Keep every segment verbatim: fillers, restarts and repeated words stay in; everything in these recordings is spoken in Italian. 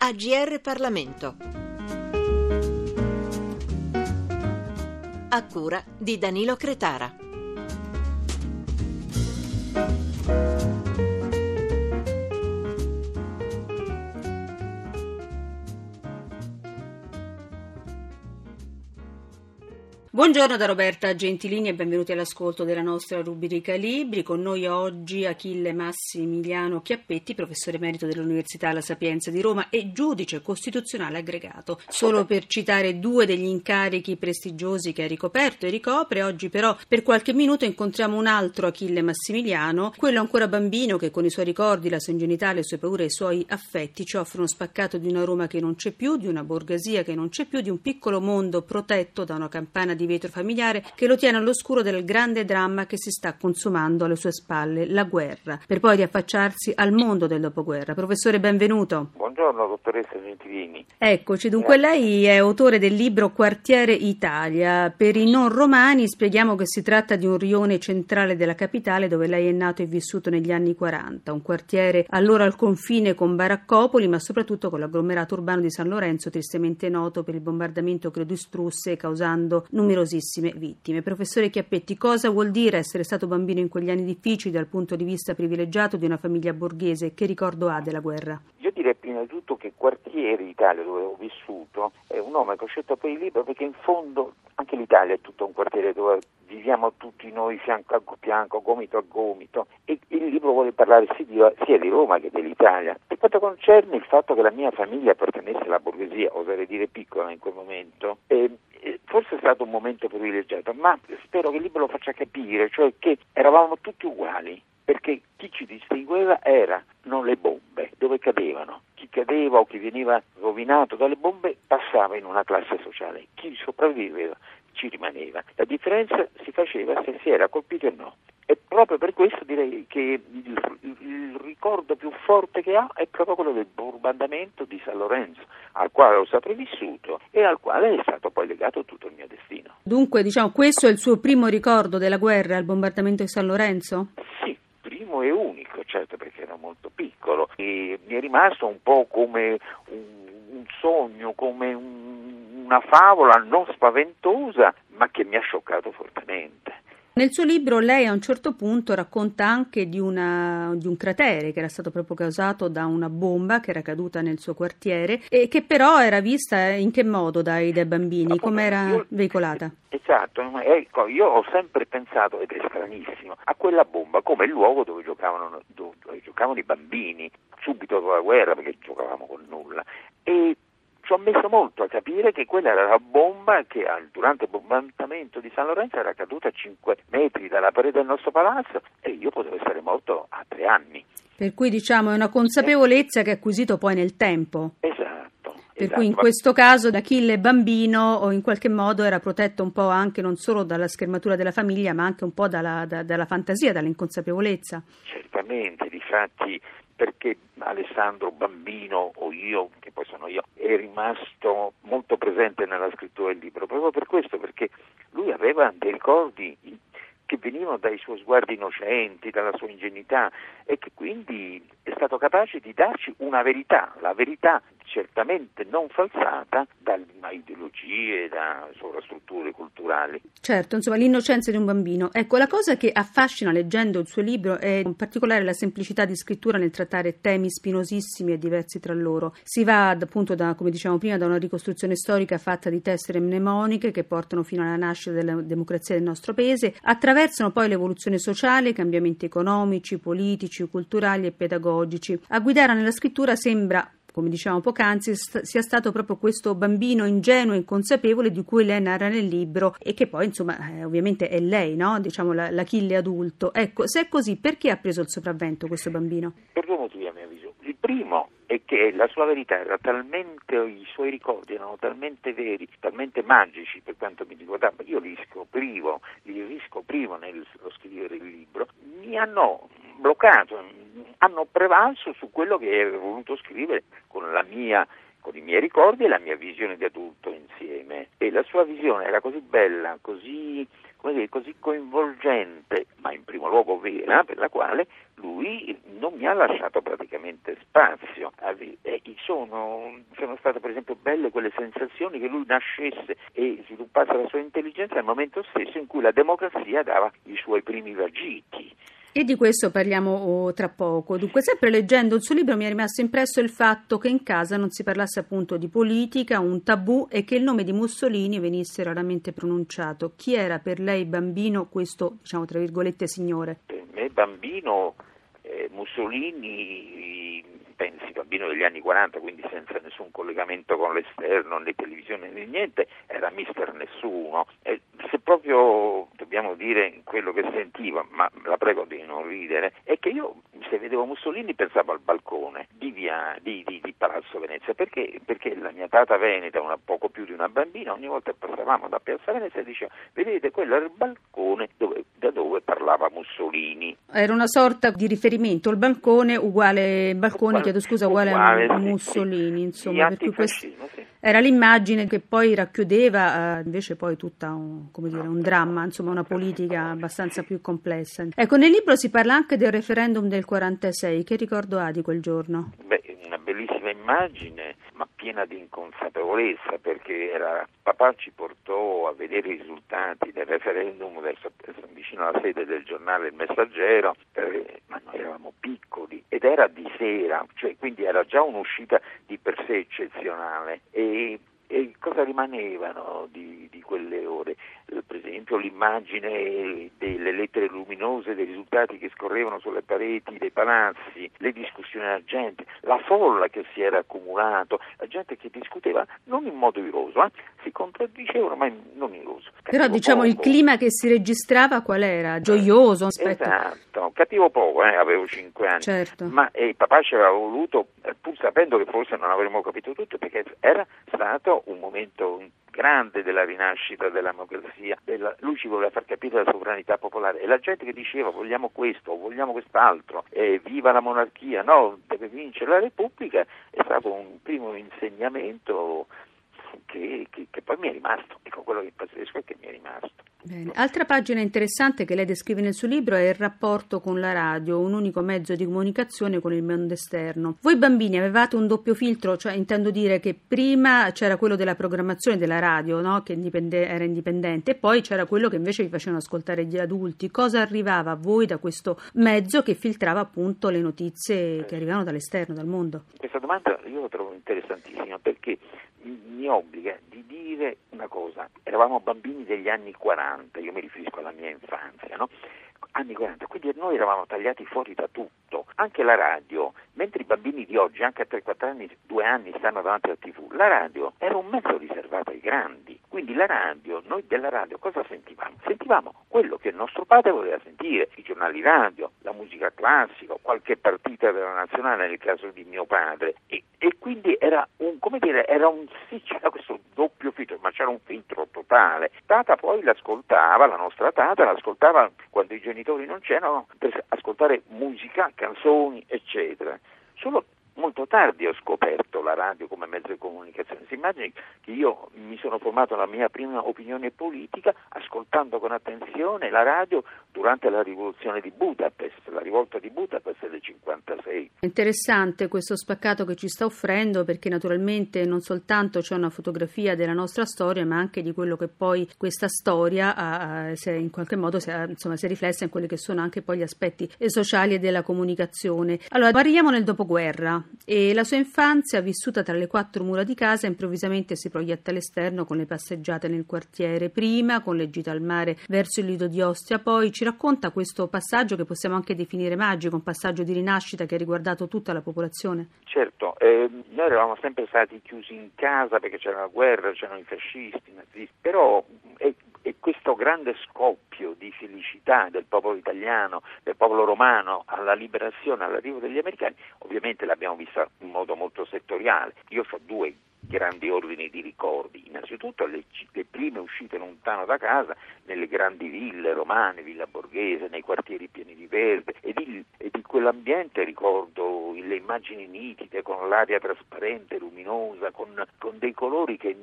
A G R Parlamento, a cura di Danilo Cretara. Buongiorno da Roberta Gentilini e benvenuti all'ascolto della nostra rubrica Libri. Con noi oggi Achille Massimiliano Chiappetti, professore emerito dell'Università La Sapienza di Roma e giudice costituzionale aggregato. Solo per citare due degli incarichi prestigiosi che ha ricoperto e ricopre, oggi però per qualche minuto incontriamo un altro Achille Massimiliano, quello ancora bambino che con i suoi ricordi, la sua ingenuità, le sue paure e i suoi affetti ci offre uno spaccato di una Roma che non c'è più, di una borghesia che non c'è più, di un piccolo mondo protetto da una campana di vetro familiare che lo tiene all'oscuro del grande dramma che si sta consumando alle sue spalle, la guerra, per poi riaffacciarsi al mondo del dopoguerra. Professore, benvenuto. Buongiorno, dottoressa Gentilini. Eccoci, dunque lei è autore del libro Quartiere Italia. Per i non romani spieghiamo che si tratta di un rione centrale della capitale dove lei è nato e vissuto negli anni quaranta, un quartiere allora al confine con Baraccopoli, ma soprattutto con l'agglomerato urbano di San Lorenzo, tristemente noto per il bombardamento che lo distrusse, causando numerosissime vittime. Professore Chiappetti, cosa vuol dire essere stato bambino in quegli anni difficili dal punto di vista privilegiato di una famiglia borghese? Che ricordo ha della guerra? Io direi prima di tutto che Quartiere Italia, dove ho vissuto, è un nome che ho scelto per il libro perché in fondo anche l'Italia è tutto un quartiere dove viviamo tutti noi fianco a fianco, gomito a gomito, e il libro vuole parlare sia di Roma che dell'Italia. Per quanto concerne il fatto che la mia famiglia appartenesse alla borghesia, oserei dire piccola in quel momento, eh, forse è stato un momento privilegiato, ma spero che il libro lo faccia capire, cioè che eravamo tutti uguali, perché chi ci distingueva era non le bombe, dove cadevano. Chi cadeva o chi veniva rovinato dalle bombe passava in una classe sociale, chi sopravviveva ci rimaneva. La differenza si faceva se si era colpito o no. E proprio per questo direi che il, il ricordo più forte che ha è proprio quello del bombardamento di San Lorenzo, al quale ho sopravvissuto e al quale è stato poi legato tutto il mio destino. Dunque, diciamo, questo è il suo primo ricordo della guerra, il bombardamento di San Lorenzo? Sì, primo e unico, certo, perché ero molto piccolo e mi è rimasto un po' come un, un sogno, come un, una favola non spaventosa, ma che mi ha scioccato fortemente. Nel suo libro lei a un certo punto racconta anche di, una, di un cratere che era stato proprio causato da una bomba che era caduta nel suo quartiere e che però era vista in che modo dai, dai bambini, come era veicolata? Esatto, ecco, io ho sempre pensato, ed è stranissimo, a quella bomba come il luogo dove giocavano, dove giocavano i bambini, subito dopo la guerra, perché giocavamo con nulla, e ci ho messo molto a capire che quella era la bomba che durante il bombardamento di San Lorenzo era caduta a cinque metri dalla parete del nostro palazzo e io potevo essere morto a tre anni. Per cui diciamo è una consapevolezza che ha acquisito poi nel tempo. Esatto. Per esatto. cui in questo caso Achille bambino o in qualche modo era protetto un po' anche non solo dalla schermatura della famiglia ma anche un po' dalla, da, dalla fantasia, dall'inconsapevolezza. Certamente, difatti perché Alessandro bambino o io, che poi sono io, è rimasto molto presente nella scrittura del libro, proprio per questo, perché lui aveva dei ricordi che venivano dai suoi sguardi innocenti, dalla sua ingenuità e che quindi è stato capace di darci una verità, la verità certamente non falsata da ideologie, da sovrastrutture culturali. Certo, insomma l'innocenza di un bambino. Ecco, la cosa che affascina leggendo il suo libro è in particolare la semplicità di scrittura nel trattare temi spinosissimi e diversi tra loro. Si va appunto da, come dicevamo prima, da una ricostruzione storica fatta di tessere mnemoniche che portano fino alla nascita della democrazia del nostro paese, attraversano poi l'evoluzione sociale, i cambiamenti economici, politici, culturali e pedagogici. A guidare nella scrittura sembra, come dicevamo poc'anzi, sia stato proprio questo bambino ingenuo e inconsapevole di cui lei narra nel libro e che poi insomma eh, ovviamente è lei, no? Diciamo la, l'Achille adulto. Ecco, se è così, perché ha preso il sopravvento questo bambino? Per due motivi a mio avviso. Il primo è che la sua verità era talmente, i suoi ricordi erano talmente veri, talmente magici per quanto mi riguardava, io li scoprivo, li riscoprivo nello scrivere il libro, mi hanno bloccato, hanno prevalso su quello che avevo voluto scrivere con la mia, con i miei ricordi e la mia visione di adulto insieme. E la sua visione era così bella, così, come dire, così coinvolgente, ma in primo luogo vera, per la quale lui lui non mi ha lasciato praticamente spazio. E sono, sono state per esempio belle quelle sensazioni che lui nascesse e sviluppasse la sua intelligenza nel momento stesso in cui la democrazia dava i suoi primi vagiti. E di questo parliamo oh, tra poco. Dunque, sempre leggendo il suo libro mi è rimasto impresso il fatto che in casa non si parlasse appunto di politica, un tabù, e che il nome di Mussolini venisse raramente pronunciato. Chi era per lei bambino questo, diciamo tra virgolette, signore? Per me bambino eh, Mussolini, pensi bambino degli anni quaranta, quindi senza nessun collegamento con l'esterno, né televisione né niente, era mister nessuno. E se proprio dobbiamo dire quello che sentiva, ma la prego di non ridere, è che io se vedevo Mussolini pensavo al balcone di via di, di, di Palazzo Venezia, perché perché la mia tata veneta, una poco più di una bambina, ogni volta che passavamo da Piazza Venezia diceva: vedete, quello era il balcone dove, da dove parlava Mussolini. Era una sorta di riferimento, il balcone uguale balcone, uguale, chiedo scusa, uguale, uguale a Mussolini, sì, insomma, per cui questo sì. Era l'immagine che poi racchiudeva eh, invece poi tutta un, come dire, un dramma, insomma una politica abbastanza più complessa. Ecco, nel libro si parla anche del referendum del quarantasei, che ricordo ha di quel giorno? Beh, una bellissima immagine, ma piena di inconsapevolezza, perché era, papà ci portò a vedere i risultati del referendum verso, vicino alla sede del giornale Il Messaggero, eh, ma noi eravamo piccoli ed era di sera, cioè quindi era già un'uscita di per sé eccezionale. E E cosa rimanevano di, di quelle ore? Per esempio l'immagine delle lettere luminose, dei risultati che scorrevano sulle pareti dei palazzi, le discussioni della gente, la folla che si era accumulato, la gente che discuteva non in modo iroso, eh? si contraddicevano ma in, non iroso. Però cattivo diciamo poco. Il clima che si registrava qual era? Gioioso? Aspetta. Esatto, cattivo poco, eh? avevo cinque anni, certo. Ma eh, papà ci aveva voluto, pur sapendo che forse non avremmo capito tutto, perché era stato un momento grande della rinascita della democrazia, della, lui ci voleva far capire la sovranità popolare e la gente che diceva vogliamo questo o vogliamo quest'altro, eh, viva la monarchia, no, deve vincere la Repubblica, è stato un primo insegnamento che, che, che poi mi è rimasto, ecco quello che pazzesco è che mi è rimasto. Bene. Altra pagina interessante che lei descrive nel suo libro è il rapporto con la radio, un unico mezzo di comunicazione con il mondo esterno. Voi bambini avevate un doppio filtro, cioè intendo dire che prima c'era quello della programmazione della radio, no? Che indipende- era indipendente, e poi c'era quello che invece vi facevano ascoltare gli adulti. Cosa arrivava a voi da questo mezzo che filtrava appunto le notizie che arrivavano dall'esterno, dal mondo? Questa domanda io la trovo interessantissima perché mi obbliga di dire una cosa: eravamo bambini degli anni quaranta, io mi riferisco alla mia infanzia, no? Anni quaranta, quindi noi eravamo tagliati fuori da tutto, anche la radio, mentre i bambini di oggi, anche a tre quattro anni, due anni, stanno davanti alla tivù, la radio era un mezzo riservato ai grandi, quindi la radio, noi della radio cosa sentivamo? Sentivamo quello che il nostro padre voleva sentire, i giornali radio, la musica classica, qualche partita della nazionale nel caso di mio padre, e, e quindi era un, come dire, era un, sì, c'era questo doppio filtro, ma c'era un filtro totale. Tata poi l'ascoltava, la nostra tata l'ascoltava quando i genitori non c'erano, per ascoltare musica, canzoni, eccetera. Solo molto tardi ho scoperto la radio come mezzo di comunicazione. Si immagini che io mi sono formato la mia prima opinione politica ascoltando con attenzione la radio durante la rivoluzione di Budapest, la rivolta di Budapest del cinquantasei. Interessante questo spaccato che ci sta offrendo, perché naturalmente non soltanto c'è una fotografia della nostra storia, ma anche di quello che poi questa storia ha, se in qualche modo si, insomma, si è riflessa in quelli che sono anche poi gli aspetti sociali e della comunicazione. Allora, arriviamo nel dopoguerra. E la sua infanzia, vissuta tra le quattro mura di casa, improvvisamente si proietta all'esterno con le passeggiate nel quartiere prima, con le gite al mare verso il Lido di Ostia poi. Ci racconta questo passaggio che possiamo anche definire magico, un passaggio di rinascita che ha riguardato tutta la popolazione? Certo, eh, noi eravamo sempre stati chiusi in casa perché c'era la guerra, c'erano i fascisti, i nazisti, però è, è questo grande scoppio di felicità del popolo italiano, del popolo romano alla liberazione, all'arrivo degli americani, ovviamente l'abbiamo vista in modo molto settoriale. Io ho due grandi ordini di ricordi, innanzitutto le, le prime uscite lontano da casa nelle grandi ville romane, Villa Borghese, nei quartieri pieni di verde, e di, e di quell'ambiente ricordo le immagini nitide con l'aria trasparente, luminosa, con, con dei colori che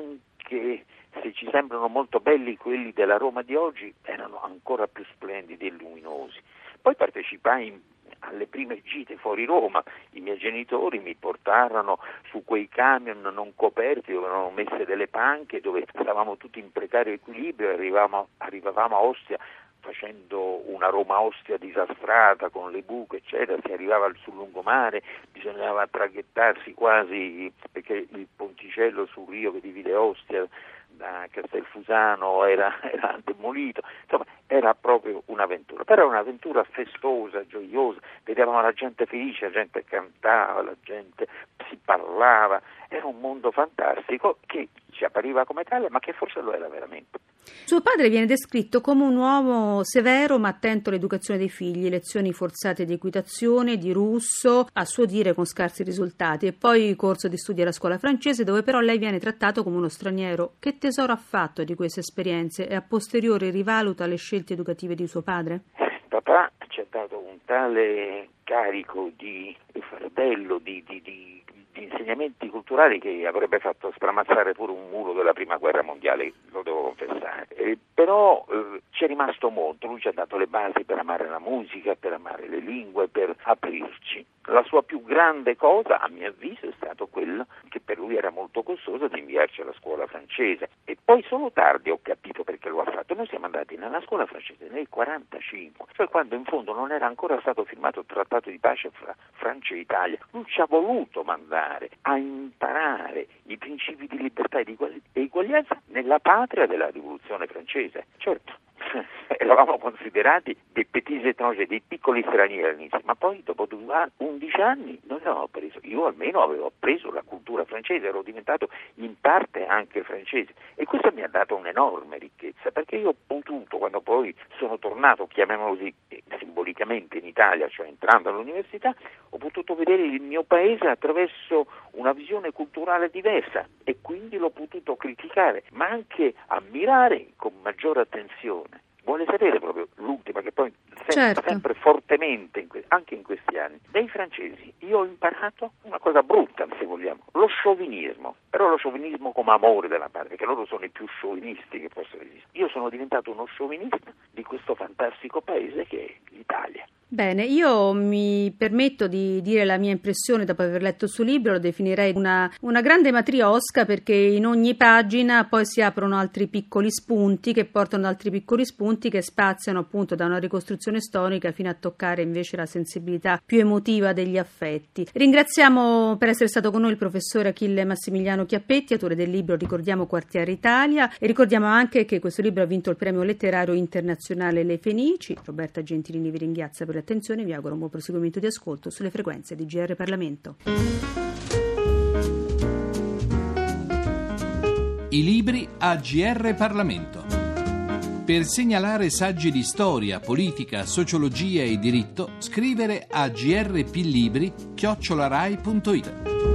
anche se ci sembrano molto belli quelli della Roma di oggi erano ancora più splendidi e luminosi. Poi partecipai in alle prime gite fuori Roma. I miei genitori mi portarono su quei camion non coperti dove erano messe delle panche, dove stavamo tutti in precario equilibrio e arrivavamo, arrivavamo a Ostia facendo una Roma-Ostia disastrata con le buche eccetera, si arrivava sul lungomare, bisognava traghettarsi quasi perché il ponticello sul Rio che divide Ostia da Castelfusano era, era demolito, insomma era proprio un'avventura, però era un'avventura festosa, gioiosa, vedevamo la gente felice, la gente cantava, la gente si parlava, era un mondo fantastico che ci appariva come tale ma che forse lo era veramente. Suo padre viene descritto come un uomo severo ma attento all'educazione dei figli, lezioni forzate di equitazione, di russo, a suo dire con scarsi risultati, e poi corso di studi alla scuola francese dove però lei viene trattato come uno straniero. Che tesoro ha fatto di queste esperienze e a posteriori rivaluta le scelte educative di suo padre? Papà ci ha dato un tale carico di fardello, di, di, di di insegnamenti culturali che avrebbe fatto stramazzare pure un muro della prima guerra mondiale, lo devo confessare. Eh, però eh, ci è rimasto molto, lui ci ha dato le basi per amare la musica, per amare le lingue, per aprirci. La sua più grande cosa, a mio avviso, è stato quello che per lui era molto costoso di inviarci alla scuola francese. E poi solo tardi ho capito perché lo ha fatto. Noi siamo andati nella scuola francese nel quarantacinque, cioè quando in fondo non era ancora stato firmato il trattato di pace fra Francia e Italia. Lui ci ha voluto mandare a imparare i principi di libertà e di eguaglianza nella patria della rivoluzione francese. Certo, eravamo considerati dei petits étrangers, dei piccoli stranieri all'inizio, ma poi dopo undici anni noi avevamo preso, io almeno avevo appreso la cultura francese, ero diventato in parte anche francese e questo mi ha dato un'enorme ricchezza, perché io ho potuto, quando poi sono tornato, chiamiamolo così, simbolicamente in Italia, cioè entrando all'università, ho potuto vedere il mio paese attraverso una visione culturale diversa e quindi l'ho potuto criticare, ma anche ammirare con maggiore attenzione. Vuole sapere proprio l'ultima, che poi sempre, certo. sempre fortemente, in que- anche in questi anni, dai francesi io ho imparato una cosa brutta, se vogliamo, lo sciovinismo, però lo sciovinismo come amore della patria, perché loro sono i più sciovinisti che possono esistere. Io sono diventato uno sciovinista di questo fantastico paese che è l'Italia. Bene, io mi permetto di dire la mia impressione dopo aver letto il suo libro, lo definirei una, una grande matriosca, perché in ogni pagina poi si aprono altri piccoli spunti che portano ad altri piccoli spunti che spaziano appunto da una ricostruzione storica fino a toccare invece la sensibilità più emotiva degli affetti. Ringraziamo per essere stato con noi il professore Achille Massimiliano Chiappetti, autore del libro Ricordiamo Quartiere Italia, e ricordiamo anche che questo libro ha vinto il premio letterario internazionale Le Fenici. Roberta Gentilini vi ringrazia per l'attenzione e vi auguro un buon proseguimento di ascolto sulle frequenze di G R Parlamento. I libri a G R Parlamento. Per segnalare saggi di storia, politica, sociologia e diritto, scrivere a grplibri chiocciola rai punto it.